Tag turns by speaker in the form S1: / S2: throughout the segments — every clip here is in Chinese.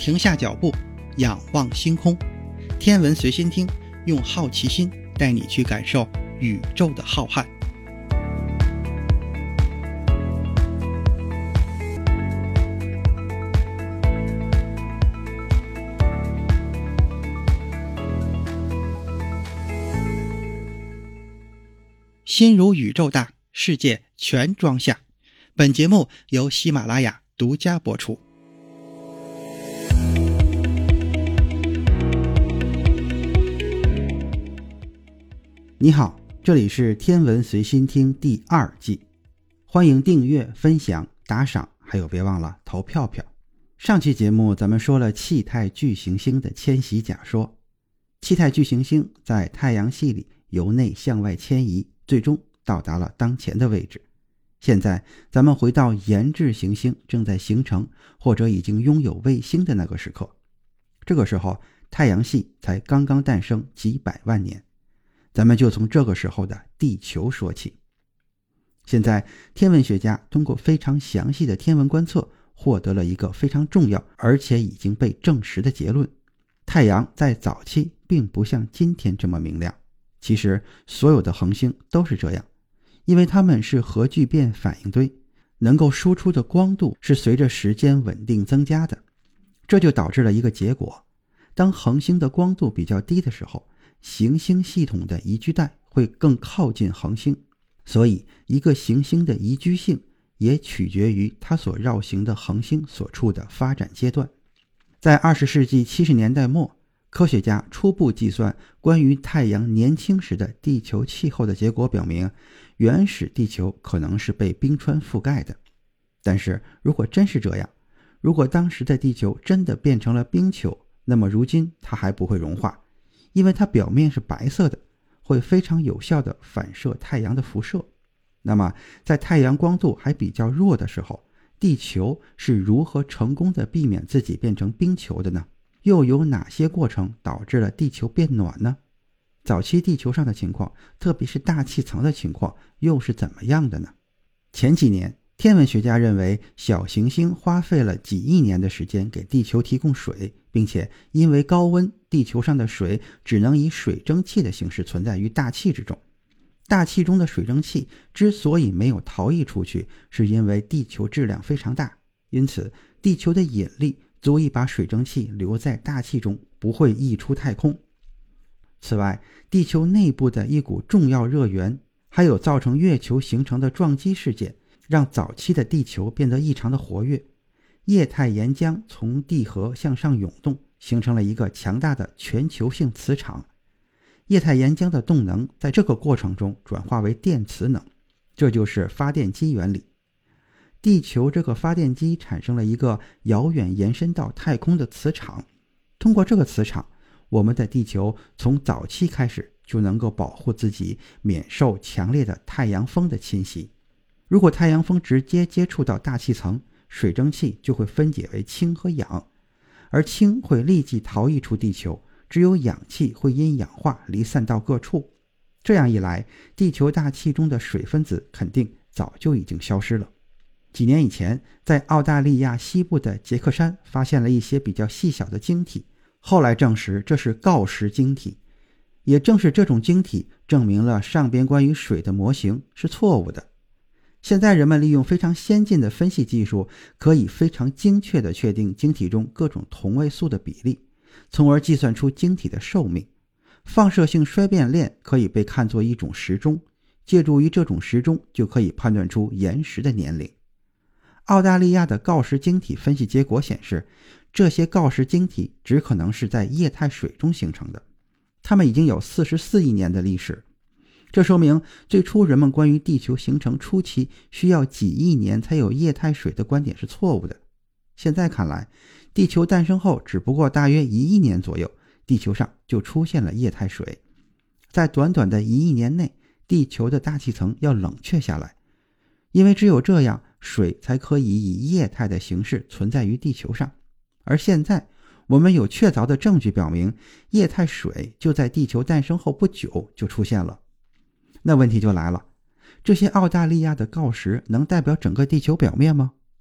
S1: 停下脚步，仰望星空。天文随心听，用好奇心带你去感受宇宙的浩瀚。心如宇宙大，世界全装下。本节目由喜马拉雅独家播出。你好，这里是天文随心听第2季，欢迎订阅、分享、打赏，还有别忘了投票票。上期节目咱们说了气态巨行星的迁徙假说，气态巨行星在太阳系里由内向外迁移，最终到达了当前的位置。现在咱们回到研制行星正在形成或者已经拥有卫星的那个时刻，这个时候太阳系才刚刚诞生几百万年，咱们就从这个时候的地球说起。现在天文学家通过非常详细的天文观测获得了一个非常重要而且已经被证实的结论：太阳在早期并不像今天这么明亮。其实所有的恒星都是这样，因为它们是核聚变反应堆，能够输出的光度是随着时间稳定增加的。这就导致了一个结果：当恒星的光度比较低的时候，行星系统的宜居带会更靠近恒星，所以一个行星的宜居性也取决于它所绕行的恒星所处的发展阶段。在20世纪70年代末，科学家初步计算关于太阳年轻时的地球气候的结果表明，原始地球可能是被冰川覆盖的。但是如果真是这样，如果当时的地球真的变成了冰球，那么如今它还不会融化，因为它表面是白色的，会非常有效地反射太阳的辐射。那么在太阳光度还比较弱的时候，地球是如何成功地避免自己变成冰球的呢？又有哪些过程导致了地球变暖呢？早期地球上的情况，特别是大气层的情况又是怎么样的呢？前几年天文学家认为小行星花费了几亿年的时间给地球提供水，并且因为高温，地球上的水只能以水蒸气的形式存在于大气之中。大气中的水蒸气之所以没有逃逸出去，是因为地球质量非常大，因此地球的引力足以把水蒸气留在大气中，不会溢出太空。此外，地球内部的一股重要热源，还有造成月球形成的撞击事件，让早期的地球变得异常的活跃。液态岩浆从地核向上涌动，形成了一个强大的全球性磁场。液态岩浆的动能在这个过程中转化为电磁能，这就是发电机原理。地球这个发电机产生了一个遥远延伸到太空的磁场，通过这个磁场，我们的地球从早期开始就能够保护自己免受强烈的太阳风的侵袭。如果太阳风直接接触到大气层，水蒸气就会分解为氢和氧，而氢会立即逃逸出地球，只有氧气会因氧化离散到各处。这样一来，地球大气中的水分子肯定早就已经消失了。几年以前，在澳大利亚西部的杰克山发现了一些比较细小的晶体，后来证实这是锆石晶体。也正是这种晶体证明了上边关于水的模型是错误的。现在人们利用非常先进的分析技术，可以非常精确地确定晶体中各种同位素的比例，从而计算出晶体的寿命。放射性衰变链可以被看作一种时钟，借助于这种时钟就可以判断出岩石的年龄。澳大利亚的锆石晶体分析结果显示，这些锆石晶体只可能是在液态水中形成的，它们已经有44亿年的历史。这说明最初人们关于地球形成初期需要几亿年才有液态水的观点是错误的。现在看来，地球诞生后只不过大约1亿年左右，地球上就出现了液态水。在短短的1亿年内，地球的大气层要冷却下来，因为只有这样，水才可以以液态的形式存在于地球上。而现在我们有确凿的证据表明，液态水就在地球诞生后不久就出现了。那问题就来了，这些澳大利亚的锆石能代表整个地球表面吗？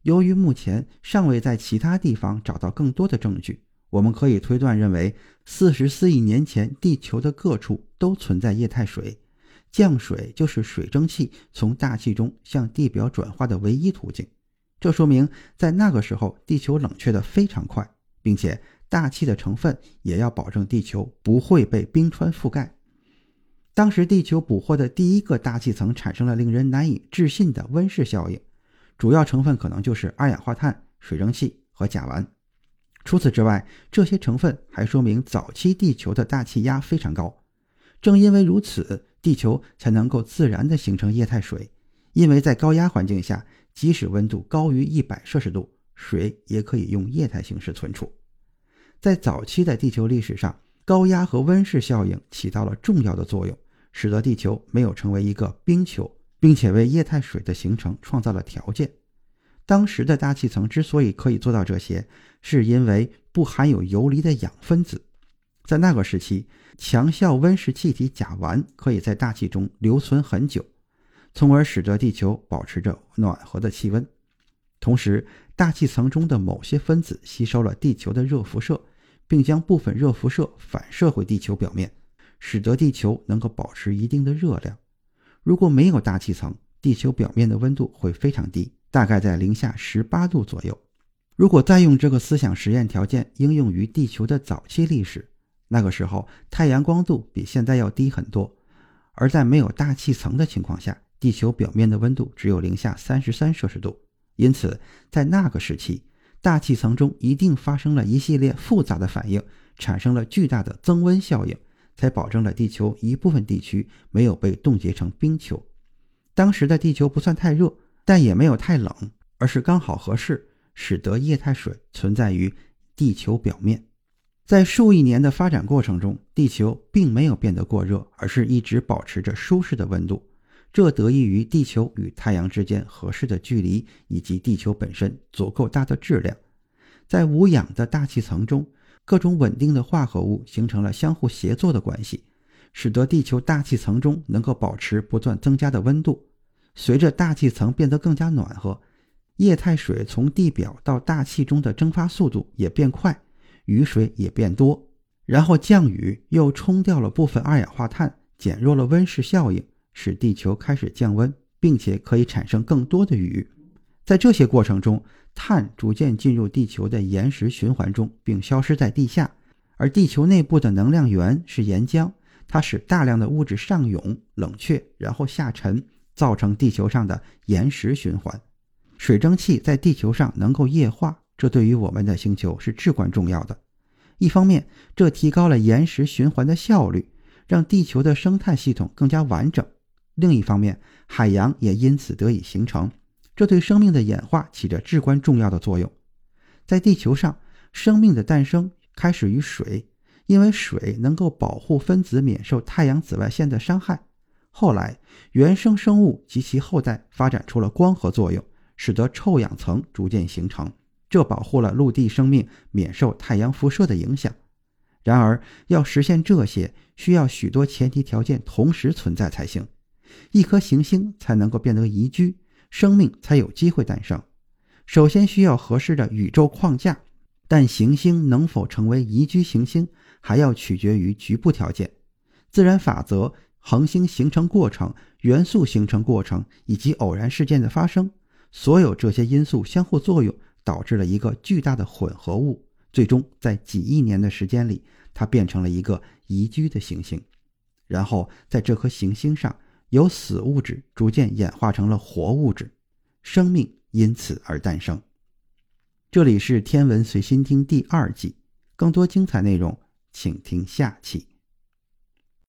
S1: 由于目前尚未在其他地方找到更多的证据，我们可以推断认为44亿年前地球的各处都存在液态水，降水就是水蒸气从大气中向地表转化的唯一途径。这说明在那个时候地球冷却得非常快，并且大气的成分也要保证地球不会被冰川覆盖。当时地球捕获的第一个大气层产生了令人难以置信的温室效应，主要成分可能就是二氧化碳、水蒸气和甲烷。除此之外，这些成分还说明早期地球的大气压非常高。正因为如此，地球才能够自然地形成液态水，因为在高压环境下，即使温度高于100摄氏度，水也可以用液态形式存储。在早期的地球历史上，高压和温室效应起到了重要的作用，使得地球没有成为一个冰球，并且为液态水的形成创造了条件。当时的大气层之所以可以做到这些，是因为不含有游离的氧分子。在那个时期，强效温室气体甲烷可以在大气中留存很久，从而使得地球保持着暖和的气温。同时，大气层中的某些分子吸收了地球的热辐射，并将部分热辐射反射回地球表面，使得地球能够保持一定的热量。如果没有大气层，地球表面的温度会非常低，大概在零下18度左右。如果再用这个思想实验条件应用于地球的早期历史，那个时候太阳光度比现在要低很多，而在没有大气层的情况下，地球表面的温度只有零下33摄氏度。因此在那个时期，大气层中一定发生了一系列复杂的反应，产生了巨大的增温效应，才保证了地球一部分地区没有被冻结成冰球。当时的地球不算太热，但也没有太冷，而是刚好合适，使得液态水存在于地球表面。在数亿年的发展过程中，地球并没有变得过热，而是一直保持着舒适的温度。这得益于地球与太阳之间合适的距离，以及地球本身足够大的质量。在无氧的大气层中，各种稳定的化合物形成了相互协作的关系，使得地球大气层中能够保持不断增加的温度。随着大气层变得更加暖和，液态水从地表到大气中的蒸发速度也变快，雨水也变多，然后降雨又冲掉了部分二氧化碳，减弱了温室效应，使地球开始降温，并且可以产生更多的雨。在这些过程中，碳逐渐进入地球的岩石循环中，并消失在地下。而地球内部的能量源是岩浆，它使大量的物质上涌、冷却，然后下沉，造成地球上的岩石循环。水蒸气在地球上能够液化，这对于我们的星球是至关重要的。一方面，这提高了岩石循环的效率，让地球的生态系统更加完整。另一方面，海洋也因此得以形成，这对生命的演化起着至关重要的作用。在地球上，生命的诞生开始于水，因为水能够保护分子免受太阳紫外线的伤害。后来，原生生物及其后代发展出了光合作用，使得臭氧层逐渐形成，这保护了陆地生命免受太阳辐射的影响。然而，要实现这些，需要许多前提条件同时存在才行。一颗行星才能够变得宜居，生命才有机会诞生。首先需要合适的宇宙框架，但行星能否成为宜居行星，还要取决于局部条件。自然法则、恒星形成过程、元素形成过程以及偶然事件的发生，所有这些因素相互作用，导致了一个巨大的混合物，最终在几亿年的时间里，它变成了一个宜居的行星。然后在这颗行星上，由死物质逐渐演化成了活物质，生命因此而诞生。这里是天文随心听第2季，更多精彩内容请听下期。